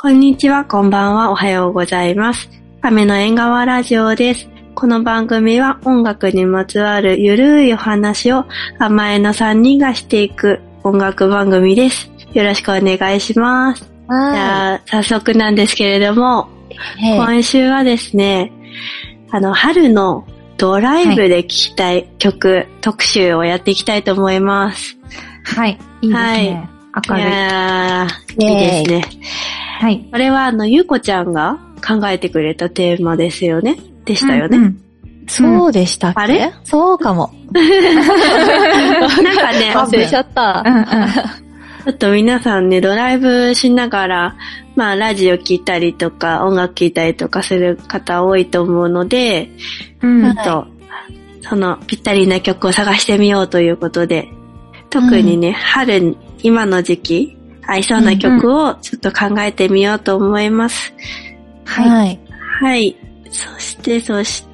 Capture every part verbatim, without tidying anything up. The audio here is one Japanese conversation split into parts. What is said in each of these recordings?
こんにちは、こんばんは、おはようございます。亀の縁側ラジオです。この番組は音楽にまつわるゆるいお話を甘えのさんにんがしていく音楽番組です。よろしくお願いします。 はい。 じゃあ、早速なんですけれども、今週はですね、あの、春のドライブで聴きたい曲、特集をやっていきたいと思います。 はい。いいですね。はい、明るい。 いやー、いいですね。 はい。 これはあの、ゆうこちゃんが考えてくれたテーマですよね。でしたよね。うんうん、 そうでしたっけ、 あれそうかも。 なんかね、 忘れちゃった。うんうん、 ちょっと皆さんね、ドライブしながら、まあ、ラジオ聞いたりとか、音楽聞いたりとかする方多いと思うので、うん、ちょっと、その、ぴったりな曲を探してみようということで、特にね、うん、春、今の時期、合いそうな曲をちょっと考えてみようと思います。 うんうん、はい。 はい。そして、そして、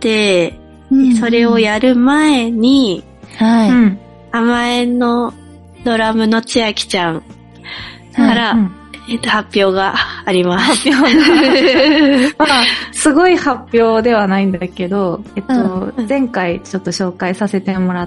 うんうん、それをやる前に、 はい。うん、 甘えんのドラムの千秋ちゃんから、はいうんえっと、発表があります。 発表が。まあ、すごい発表ではないんだけど、えっと、うん、前回ちょっと紹介させてもらった、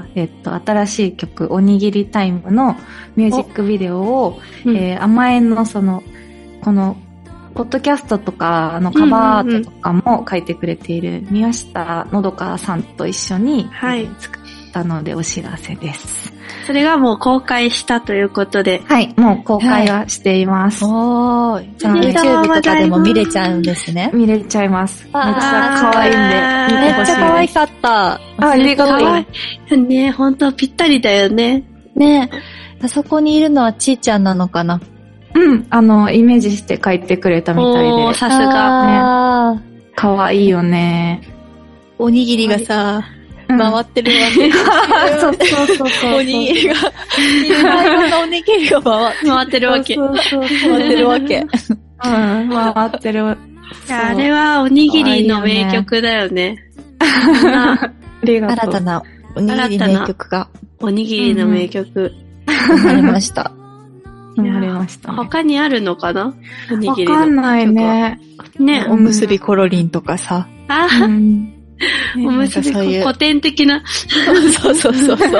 えっと、新しい曲、おにぎりタイムのミュージックビデオを、うん、えー、甘えんのその、この、ポッドキャストとかのカバーアートとかも書いてくれている宮下のどかさんと一緒に、はい、作ったのでお知らせです。 それがもう公開したということで。 はい、もう公開はしています。 はい、おー。じゃあ YouTube とかでも見れちゃうんですね。 見れちゃいます。めっちゃ可愛いんで、見てほしいです。 めっちゃ可愛かった。 あ、ありがとう。ね、ほんとぴったりだよね。 ね。あそこにいるのはちーちゃんなのかな？ うん、あの、イメージして書いてくれたみたいで。 おー、さすが。 ね。可愛いよね。 おにぎりがさ、回ってるわけ。 そうそうそうそう。 おにぎりが、いろんなおにぎりが回回ってるわけ。 そうそうそう回ってるわけ。うん、 回ってる。 あれはおにぎりの名曲だよね。 新たなおにぎり名曲が。 おにぎりの名曲。 生まれました。 生まれましたね。 他にあるのかなおにぎりの曲は。 わかんないね。 ね。おむすびコロリンとかさ。 ああ。おむすび、古典的な。 そうそうそうそう。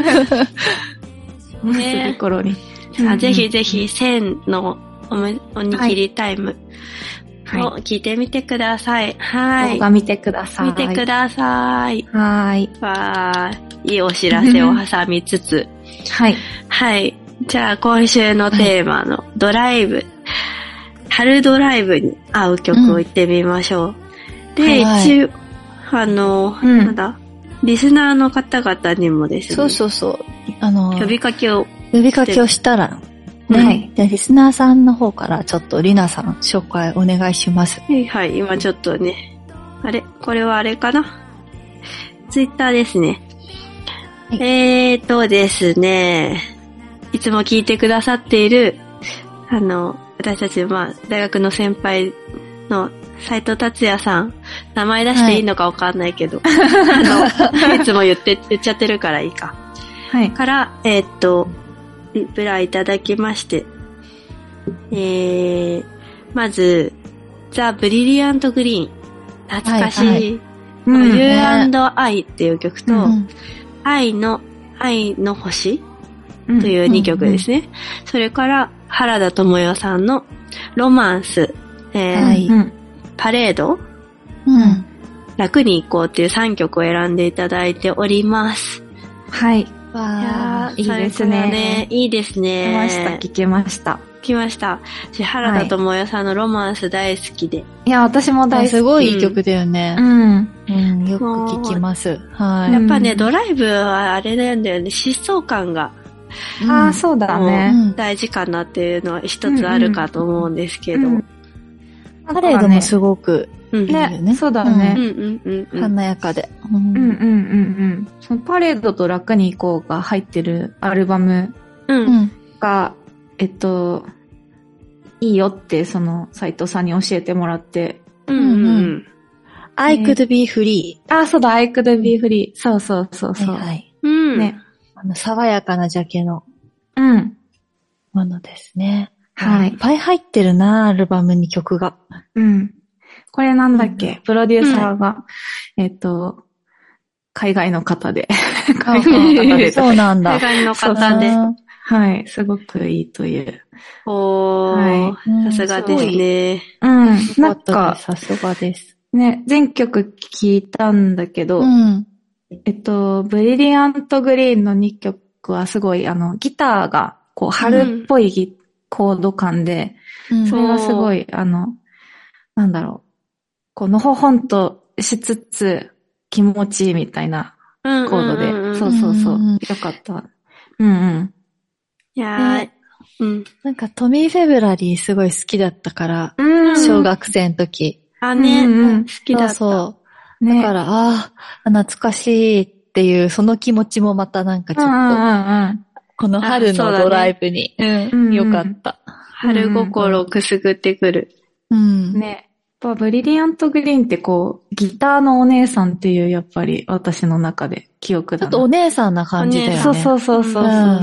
おむすびコロリン。 さあ、ぜひぜひ、千のおむ、おにぎりタイムを聞いてみてください。はい。 動画見てください。 見てください。 はい。 わー、いいお知らせを挟みつつ。 はい。 はい。じゃあ、今週のテーマのドライブ。春ドライブに合う曲を言ってみましょう。で、一応、あの、うん、なんだ、リスナーの方々にもですね。 そうそうそう。あの、 呼びかけを。 呼びかけをしたら、ね、はい。じゃあ、リスナーさんの方からちょっとリナさん紹介お願いします。 はいはい、今ちょっとね。あれこれはあれかなツイッターですね。はい、えーとですね。いつも聞いてくださっている、あの、私たち、まあ、大学の先輩の斉藤達也さん、名前出していいのかわかんないけど、はい、あの、いつも言って、言っちゃってるからいいか。はい。から、えー、っと、リプライいただきまして、えー、まず、ザ・ブリリアント・グリーン、懐かしい、はいはい、うん、You and I っていう曲と、うん、愛の、愛の星というにきょくですね。うんうんうん、それから、原田知世さんのロマンス、えーはいうん、パレード、うん、楽に行こうっていうさんきょくを選んでいただいております。 はい。わー、いいですね。 ねいいですね。 聞きました、聞きました。 聞きました。原田知世さんのロマンス大好きで。 いや、私も大好き。 すごいいい曲だよね。うん。うん、よく聞きます。はい。 やっぱね、ドライブはあれなんだよね、疾走感が。 うん、ああ、そうだね。 大事かなっていうのは一つあるかと思うんですけど。うんうん、 パレードもすごくいいよね。 ねそうだね。 うんうんうんうん、華やかで。 うんうんうんうん。そのパレードと楽に行こうが入ってるアルバムが、うん、えっと、いいよってその斉藤さんに教えてもらって。 うんうん。I could be free。 あ、そうだ、I could be free。そうそうそうそう。はい、はい。 うん。ね。あの、爽やかなジャケの。うん。ものですね。 はいいっぱい入ってるな、アルバムに曲が。 うん。これなんだっけ、うん、プロデューサーが、うん、えっと、海外の方で。 海外の方で。そうなんだ。 海外の方で。 はい。すごくいいという。 おー。はい、さすがですね。 うん。なんか、 さすがです。 ね、全曲聴いたんだけど、うん、えっと、ブリリアントグリーンのにきょくはすごい、あの、ギターが、こう、春っぽいコード感で、うん、それがすごい、あの、なんだろう。こう、のほほんとしつつ、気持ちいいみたいなコードで。うんうんうんうん、そうそうそう。よかった。うんうん。 いやー、ね、 うん。なんかトミー・フェブラリーすごい好きだったから、うん、小学生の時。 あ、ね、うんうん、好きだった。 そうそう。ね、だから、ああ、懐かしいっていう、その気持ちもまたなんかちょっと、うんうんうん、この春のドライブに、ね、うん、よかった。 春心をくすぐってくる。 うん。ね。やっぱブリリアントグリーンってこう、ギターのお姉さんっていう、やっぱり私の中で記憶だな。 ちょっとお姉さんな感じだよね。 そうそうそうそうそう、うんうんうん。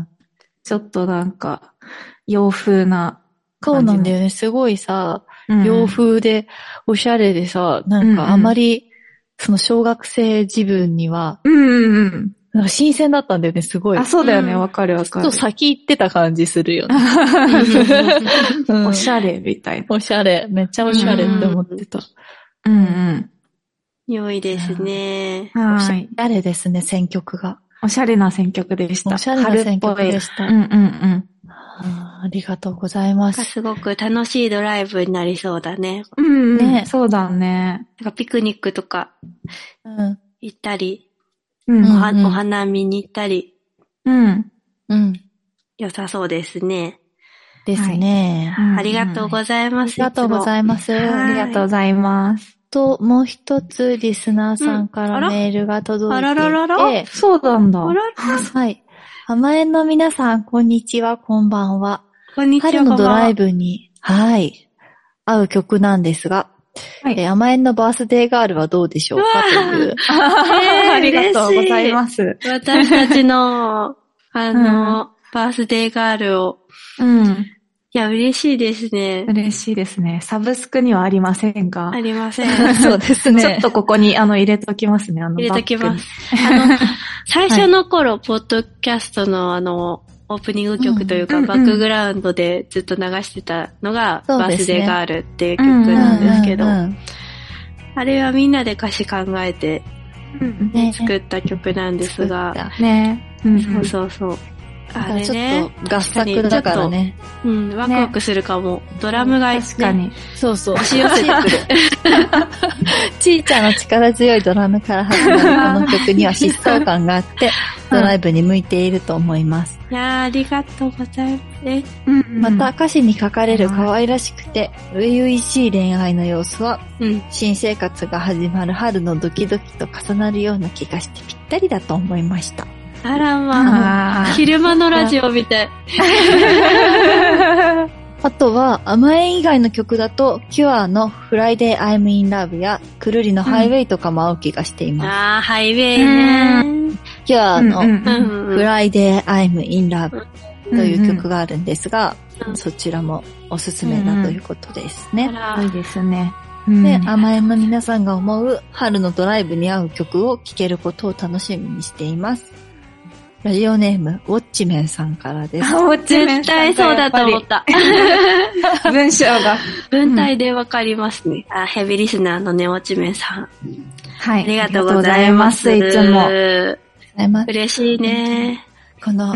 ちょっとなんか、洋風な感じ。 そうなんだよね。すごいさ、うん、洋風で、おしゃれでさ、なんかあまり、その小学生自分には、 うんうんうん。 なんか新鮮だったんだよね、すごい。 あ、そうだよね、わ、うん、かるわかる。 ちょっと先行ってた感じするよね。 うん、おしゃれみたいな。 おしゃれ。めっちゃおしゃれって思ってた。 うんうん。 良いですね。 おしゃれですね、選曲が。 おしゃれな選曲でした。 おしゃれな選曲でした。 うんうんうん。 ありがとうございます。 すごく楽しいドライブになりそうだね。 うん、ね。そうだね。 なんかピクニックとか、行ったり、 うん、 おは、うん、お花見に行ったり。 うん。 うん。 良さそうですね。 ですね、 はい。ありがとうございます。 ありがとうございます。 ありがとうございます。 と、もう一つリスナーさんからメールが届いていて、うん、 あららららそうなんだ。 あららはい。甘えんの皆さん、こんにちは、こんばんは。 こんにちは。 春のドライブに、はい、合う曲なんですが、はい、えー、甘えんのバースデーガールはどうでしょうかという。 ありがとうございます。 私たちの、あの、うん、バースデーガールを。 うん。 いや、嬉しいですね。 嬉しいですね。サブスクにはありませんが。 ありません。 そうですね。 ちょっとここに、あの、入れときますね。あの、 入れときます。あの、最初の頃、はい、ポッドキャストのあの、オープニング曲というか、うん、バックグラウンドでずっと流してたのが、うんうん、バースデーガールっていう曲なんですけど、あれはみんなで歌詞考えて、うんね、作った曲なんですが、 ね、 うん、 そうそうそう。あれね、 ちょっと合作だからね。 うん、ワクワクするかも。ね、ドラムが、ね、 確かに。 そうそう。 押し寄せてくる。 ちーちゃんの力強いドラムから始まるこの曲には疾走感があって、ドライブに向いていると思います。 いやー、ありがとうございます。 うん、また歌詞に書かれる可愛らしくて、初々しい恋愛の様子は、うん、新生活が始まる春のドキドキと重なるような気がしてぴったりだと思いました。 あらまあ、昼間のラジオみたい。 あとは、甘えん以外の曲だと、キュアのフライデー I'm in Love や、くるりのハイウェイとかも合う気がしています。 うん、ああ、ハイウェイね。 キュアのフライデー I'm in Love という曲があるんですが、うんうん、そちらもおすすめだということですね。 いいですね。 で、甘えんの皆さんが思う春のドライブに合う曲を聴けることを楽しみにしています。ラジオネーム、ウォッチメンさんからです。 ウォッチメンさん。 絶対そうだと思った。 文章が。 文体でわかりますね。うん、あ、ヘビリスナーのね、ウォッチメンさん。 はい。 ありがとうございます。 いつも。 嬉しいね。 この、うん、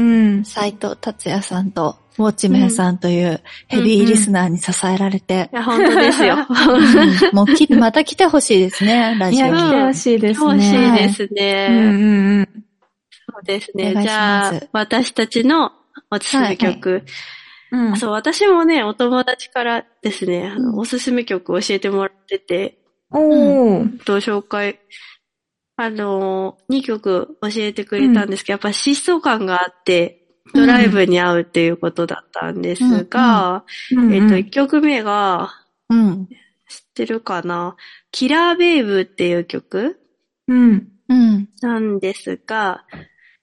斉藤達也さんと、ウォッチメンさんというヘビーリスナーに支えられて。 いや、本当ですよ。 うん、もうき、また来てほしいですね、ラジオに。 いや、来てほしいですね。 来てほしいですね。 うんうんうん。 そうですね。じゃあ、私たちのおすすめ曲。はいはいうん、そう、私もね、お友達からですね、あの、おすすめ曲を教えてもらってて、 おー。 と紹介、あの、にきょく教えてくれたんですけど、うん、やっぱ疾走感があって、ドライブに合うっていうことだったんですが、うんうん、えっと、いっきょくめが、 うん、 知ってるかな？キラーベイブっていう曲うん。 うん。 なんですが、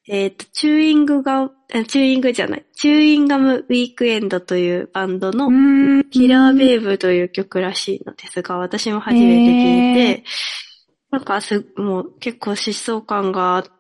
えっと、チューイングガム、チューイングじゃない、チューインガムウィークエンドというバンドのキラーベイブという曲らしいのですが、私も初めて聞いて、なんかす、もう結構疾走感があって、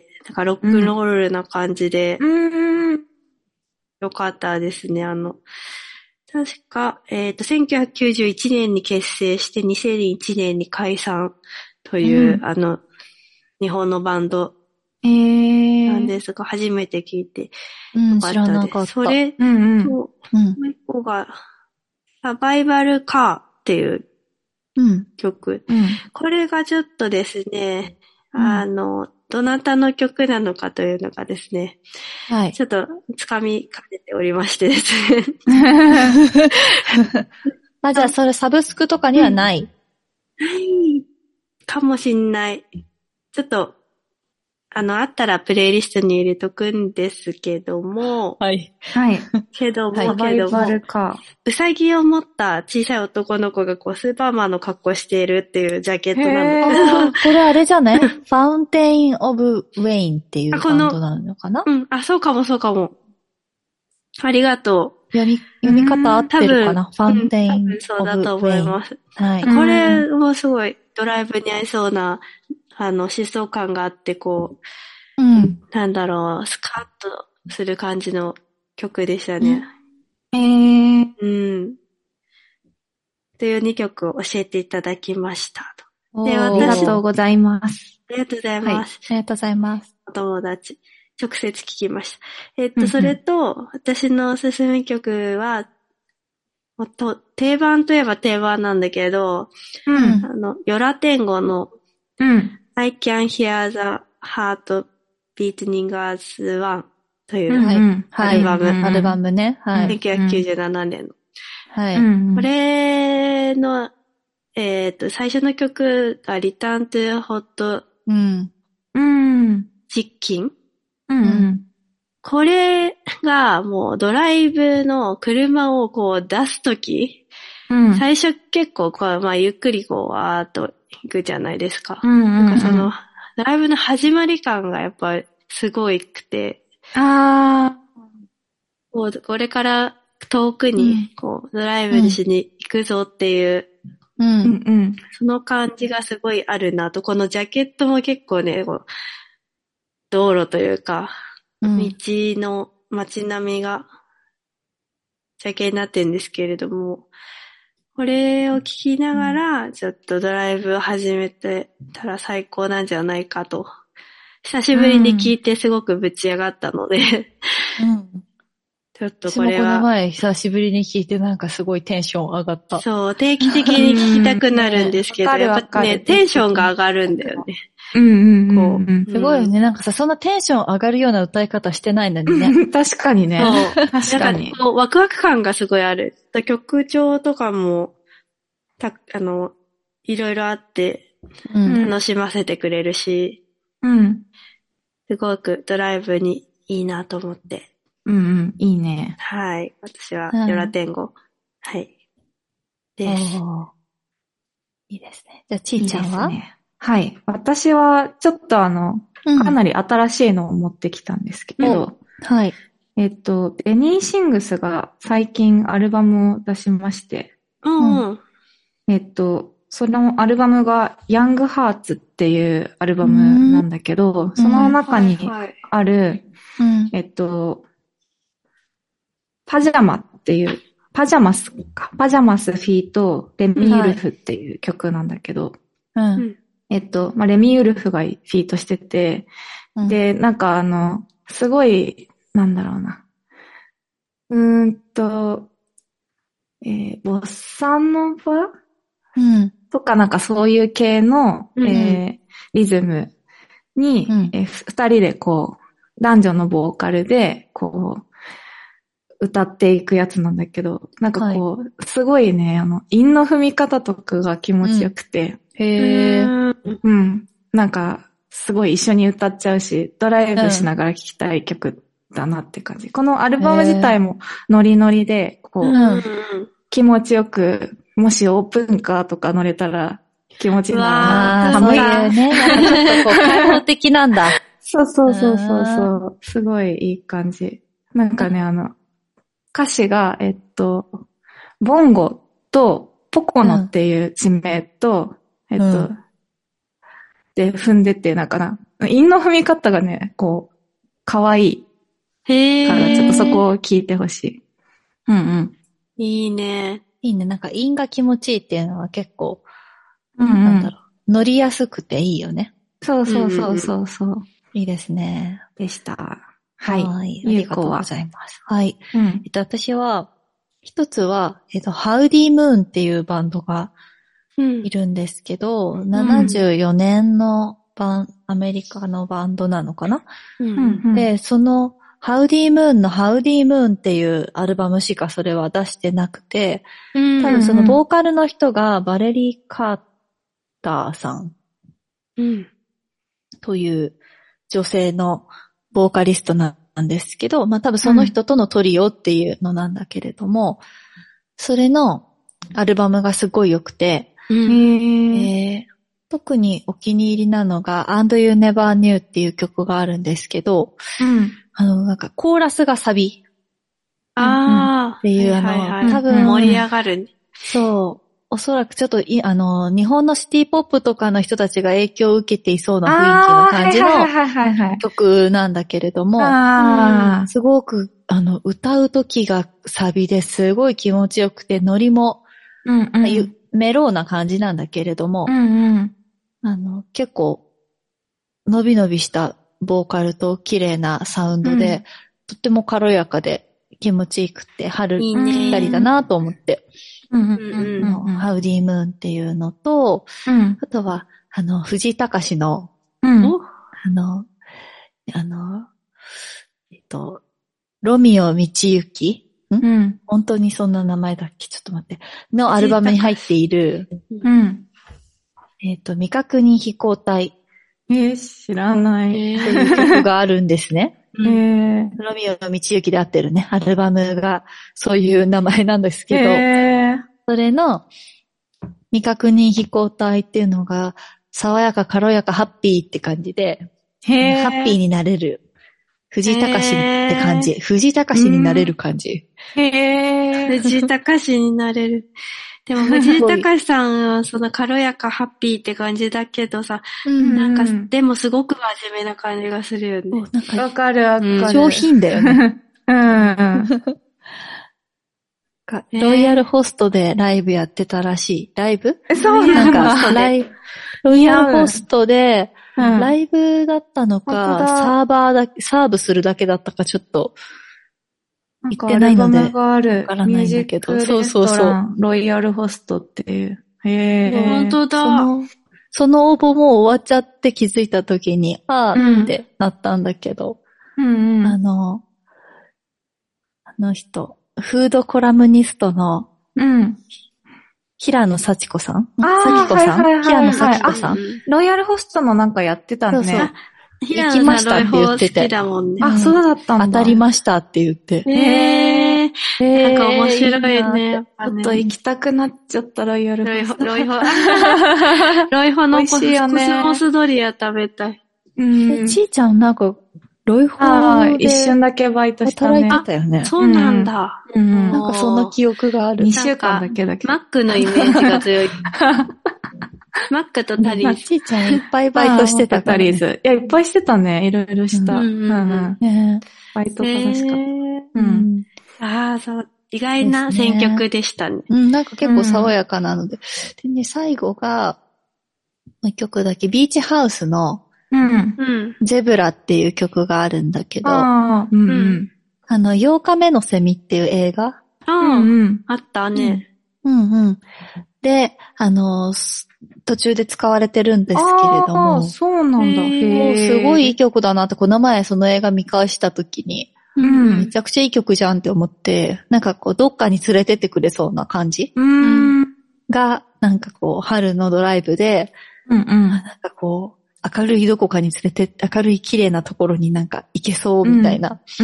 なんかロックンロールな感じで、よかったですね。あの、確か、えっと、せんきゅうひゃくきゅうじゅういちねんに結成してにせんいちねんに解散という、うん、あの、日本のバンドなんですが、初めて聞いてよかったです。うん、知らなかった。それと、うんうん、もう一個が、サバイバルカーっていう曲。うんうん、これがちょっとですね、うん、あの、どなたの曲なのかというのがですね、はい、ちょっとつかみかけておりましてですね。 あ、じゃあそれサブスクとかにはない、 うん、ないかもしんない。ちょっと、あの、あったらプレイリストに入れとくんですけども。 はい。はい。 けども、 サバイバルか。 うさぎを持った小さい男の子がこう、スーパーマンの格好しているっていうジャケットなの。これあれじゃないファウンテイン・オブ・ウェインっていうバンドなのかなうん。あ、そうかもそうかも。ありがとう。 読み、読み方合ってるかなファウンテイン・オブ・ウェイン。 うん、そうだと思います。はい。これもすごいドライブに合いそうな、あの、疾走感があって、こう、うん、なんだろう、スカッとする感じの曲でしたね。 へ、うん、 えー。うん。というにきょくを教えていただきましたと。 で、私、ありがとうございます。 ありがとうございます。 はい、ありがとうございます。 お友達、直接聞きました。えっと、それと、私のおすすめ曲は、もっと定番といえば定番なんだけど、うん、あの、ヨラテンゴの、うん、I Can Hear the Heart Beating as One というアルバム。 はい、アルバムね。はい。 せんきゅうひゃくきゅうじゅうななねんの。 はい。 これの、えっと、最初の曲が Return to Hot Chicken。 うん。 これがもうドライブの車をこう出すとき、うん、最初結構こう、まあゆっくりこうわーっと行くじゃないですか。うんうんうん、なんかその、ドライブの始まり感がやっぱりすごいくて。 ああ。 こう、これから遠くにこう、ドライブしに行くぞっていう、 うんうん、 その感じがすごいあるなと、このジャケットも結構ね、こう道路というか、道の街並みがジャケになってるんですけれども、これを聞きながら、ちょっとドライブを始めてたら最高なんじゃないかと。久しぶりに聞いてすごくぶち上がったので、 うん、 ちょっとこれは。 私もこの前久しぶりに聞いてなんかすごいテンション上がった。 そう、定期的に聞きたくなるんですけど、やっぱね、テンションが上がるんだよね。 うんうんうん、うん。 すごいよね。なんかさ、そんなテンション上がるような歌い方してないのにね。 確かにね。 そう。 確かに。 なんかこうワクワク感がすごいある。曲調とかも、た、あの、いろいろあって、楽しませてくれるし、 うん。 すごくドライブにいいなと思って。 うんうん、いいね。 はい。私は、ヨラテンゴ。はい。です。 いいですね。じゃあ、ちーちゃんは？ いいですね。はい。私は、ちょっとあの、うん、かなり新しいのを持ってきたんですけど、 うん、はい。 えっと、ベニーシングスが最近アルバムを出しまして、 うんうん、 えっと、そのアルバムがヤングハーツっていうアルバムなんだけど、うん、その中にある、 はいはいえっと、パジャマっていう、パジャマスか、パジャマスフィーとレミウルフっていう曲なんだけど、 はい、うんえっと、まあ、レミウルフがフィートしてて、うん、で、なんかあの、すごい、なんだろうな。うーんと、えー、ボッサノバ、 うん、 とかなんかそういう系の、うん、えー、リズムに、うんえー、二人でこう、男女のボーカルで、こう、歌っていくやつなんだけど、なんかこう、はい、すごいね、あの、韻の踏み方とかが気持ちよくて、 うん、へー。 うん。なんか、すごい一緒に歌っちゃうし、ドライブしながら聴きたい曲だなって感じ。うん、このアルバム自体もノリノリで、こう、うん、気持ちよく、もしオープンカーとか乗れたら気持ちいいな。 ああ、そういうね。なんかちょっとこう、開放的なんだ。 そうそうそうそうそう。すごいいい感じ。なんかね、あの、歌詞が、えっと、ボンゴとポコノっていう地名と、うん、えっと、うん、で踏んでて、なんかな、韻の踏み方がね、こう、可愛い。へー。から、ちょっとそこを聞いてほしい。うんうん。 いいね。 いいね。なんか韻が気持ちいいっていうのは結構、うんうん、なんだろう。乗りやすくていいよね。 そうそうそうそうそう。うんうん、 いいですね。 でした。はい。 はい。ありがとうございます。はい。 うん、 えっと、私は、一つは、えっと、ハウディムーンっていうバンドがいるんですけど、うん、ななじゅうよねんのバン、アメリカのバンドなのかな、うん、で、その、ハウディムーンのハウディムーンっていうアルバムしかそれは出してなくて、多分そのボーカルの人がバレリー・カーターさんという女性のボーカリストなんですけど、まあ多分その人とのトリオっていうのなんだけれども、うん、それのアルバムがすごい良くて、うんえー、特にお気に入りなのが And You Never Knew っていう曲があるんですけど、うん、あのなんかコーラスがサビ。 ああ、 っていう、 はいはいはい、 あの、多分盛り上がる。 そう。おそらくちょっとい、あの、日本のシティポップとかの人たちが影響を受けていそうな雰囲気の感じの曲なんだけれども、 あすごく、あの、歌う時がサビですごい気持ちよくて、ノリも、うんうん、メローな感じなんだけれども、うんうん、あの、結構、伸び伸びしたボーカルと綺麗なサウンドで、うん、とっても軽やかで気持ちよくて、春ぴったりだなと思って。うんうんうん、ハウディムーンっていうのと、うん、あとは、あの、藤井隆の、うん、あの、あの、えっと、ロミオ道行、ん、うん、本当にそんな名前だっけ、ちょっと待って。のアルバムに入っている、うん、えっと、未確認飛行体。 えー、知らない。 っていう曲があるんですね。 えー、 ロミオ道行で合ってるね。アルバムがそういう名前なんですけど、 えー、 それの未確認飛行体っていうのが爽やか軽やかハッピーって感じで、 へー、 ハッピーになれる。藤井隆って感じ。藤井隆になれる感じ。 へー。藤井隆になれる。でも藤井隆さんはその軽やかハッピーって感じだけどさ、うん、なんか、でもすごく真面目な感じがするよね。 なんかわかるわかる。 上品だよね。 うん。 ロイヤルホストでライブやってたらしい。ライブ？ そうなんだ。 なんかライロイヤルホストで、ライブだったのか、うん、サーバーだけ、サーブするだけだったかちょっと、言ってないので、わからないんだけど、そうそうそう。 ロイヤルホストっていう。へー。 本当だ。 その、その応募も終わっちゃって気づいた時に、あーってなったんだけど、 うんうん、 あの、あの人、フードコラムニストの、 うん。 平野幸子さんあ幸子さん、 はいはいはいはい、 平野幸子さん。 ロイヤルホストのなんかやってたんね。 そうそう。 行きましたって言ってて。 もんね、あ、そうだったんだ。 当たりましたって言って。 へー。えー、なんか面白いね。 ちょっと行きたくなっちゃったロイヤルホスト。 ロイホ、ロイホ。ロイホのコスモスドリア食べたい。 うん。ちーちゃんなんか、ロイホで一瞬だけバイトしたね。 働いてたよね。 そうなんだ。 うん。なんかそんな記憶がある。 にしゅうかんだけだけど。 マックのイメージが強い。マックとタリーズ。 ちーちゃんいっぱいバイトしてたタリーズ。いや、いっぱいしてたね。いろいろした。うんうんね、 バイト楽しかった。うん。 ああ、そう。意外な選曲でしたね。 うん、なんか結構爽やかなので。でね、最後が、もう一曲だけ、ビーチハウスの、 うん。 ゼブラっていう曲があるんだけど、 あうんうん、 あの、ようかめのセミっていう映画あ、うんうん、あったね。 うんうん。で、あの、途中で使われてるんですけれども。 あそうなんだ。 へすごいいい曲だなって、この前その映画見返した時に、うん、めちゃくちゃいい曲じゃんって思って、なんかこう、どっかに連れてってくれそうな感じうんが、なんかこう、春のドライブで、 うんうん、 なんかこう、明るいどこかに連れてって、明るい綺麗なところになんか行けそうみたいな。 うん。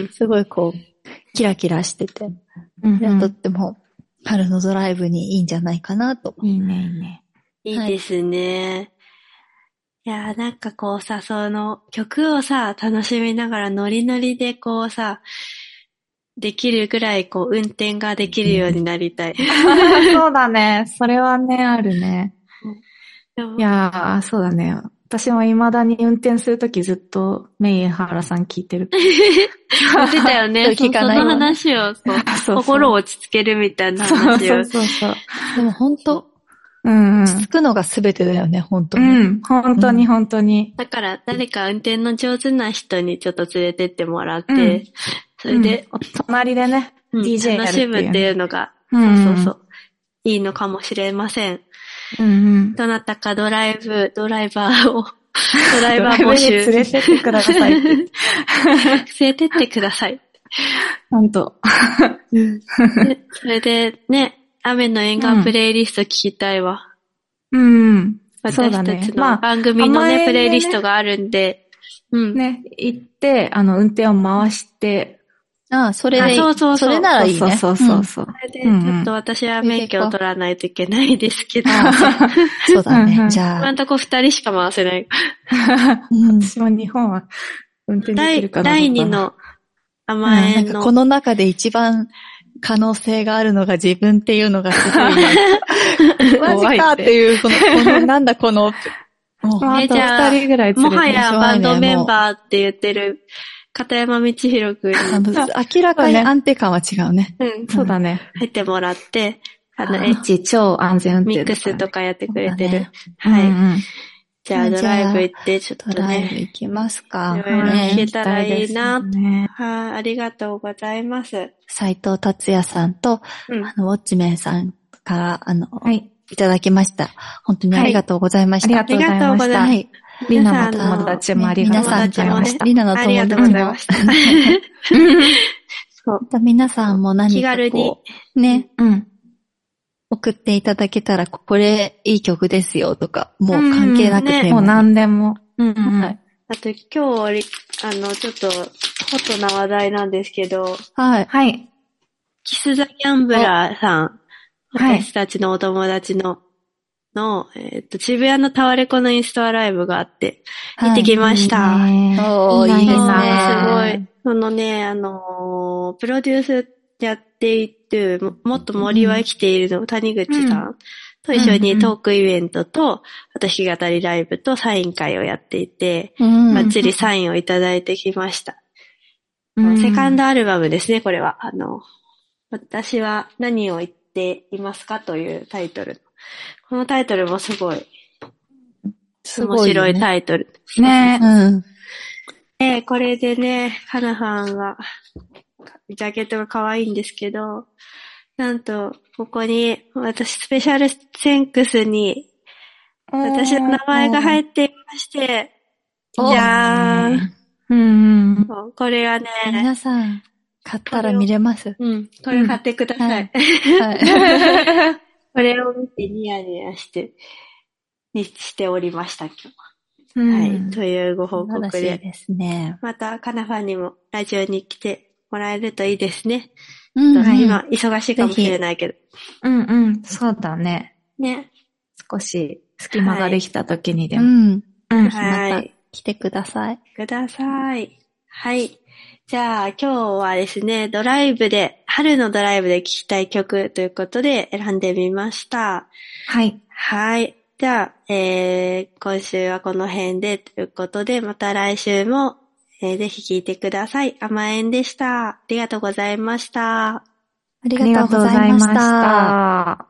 すごいこう、キラキラしてて。 うんうん、 とっても、春のドライブにいいんじゃないかなと。 いいね、いいね。 いいですね。 いやーなんかこうさ、その曲をさ、楽しみながらノリノリでこうさ、できるぐらいこう運転ができるようになりたい。 そうだね。それはね、あるね。いやー、そうだね。私も未だに運転するときずっとメイハラさん聞いてる。 言ってたよね。そ, その話をそうそうそう、心を落ち着けるみたいな話を。 そうそうそうそう。でも本当、うんうん、落ち着くのが全てだよね、本当に。 うん、本当に本当に。 だから誰か運転の上手な人にちょっと連れてってもらって、うん、それで、 うん、隣でね、 うん、 ディージェー やるっていう、ね、 楽しむっていうのが、 うん、 そうそうそう、いいのかもしれません。 うんうん、 どなたかドライブ、ドライバーを、ドライバー募集。 連れてってくださいって。連れてってください。 なんと。 でそれでね、雨の沿岸プレイリスト聞きたいわ。 うん。 私たちの番組のね、ねプレイリストがあるんで。 うん。ね、行って、あの、運転を回して、 ああ、それでいい。 そうそうそう。 それならいいね。 そうそうそう。 それで、ちょっと私は免許を取らないといけないですけど。 そうだね。じゃあ。 今んとこ二人しか回せない。 私も日本は運転できるかな。 だいにの甘えの。 この中で一番可能性があるのが自分っていうのがすごい。マジかっていう、この、このなんだこの、 もう、え、じゃあ、 もはやバンドメンバーって言ってる片山道弘くんに。 明らかに安定感は違うね。 うん、 そうだね。 入ってもらって、 あの、エッチ超安全運転、 ミックスとかやってくれてる。はい。じゃあドライブ行って、ちょっとね。 ドライブ行きますか。 いろいろ聞けたらいいな。はい、ありがとうございます。 斉藤達也さんと、あの、ウォッチメンさんから、あの、はい。いただきました。本当にありがとうございました。 はい、ありがとうございました。はい。リナの友達もありがとうございました。 リナの友達も。ありがとうございました。そう。皆さんも何かこう、気軽にね、うん。送っていただけたら、これいい曲ですよとか、もう関係なくても、 ね。もう何でも。 うんうん。はい。あと今日、あの、ちょっと、ホットな話題なんですけど。 はい。 はい。 キス・ザ・ギャンブラーさん。私たちのお友達の、の、えっと、渋谷のタワレコのインストアライブがあって、行ってきました。 はい、いいね。おー、いいですね。すごい。そのね、あの、プロデュースやっていて、もっと森は生きているの、谷口さんと一緒にトークイベントと、あと弾き語りライブとサイン会をやっていて、バッチリサインをいただいてきました。セカンドアルバムですね、これは。あの、私は何を言っていますかというタイトル。このタイトルもすごい、すごい、ね、面白いタイトル。 ねえ。うん。 で、これでね、かなさんが、ジャケットが可愛いんですけど、なんと、ここに、私、スペシャルセンクスに、私の名前が入っていまして、じゃーん。 うん、 これがね、 皆さん、買ったら見れます。 うん。これ買ってください。うんはいはい、これを見てニヤニヤして、にしておりました、今日。うん、はい。というご報告で。 ですね。 また、かなファンにもラジオに来てもらえるといいですね。 うん、 今、忙しいかもしれないけど。 うんうん。そうだね。 ね。 少し隙間ができた時にでも。 はい、うん。 うん。 はい。また来てください。 ください。はい。じゃあ、今日はですね、ドライブで、春のドライブで聴きたい曲ということで選んでみました。 はい。 はい。じゃあ、えー、今週はこの辺でということで、また来週も、えー、ぜひ聴いてください。甘えんでした。ありがとうございました。 ありがとうございました。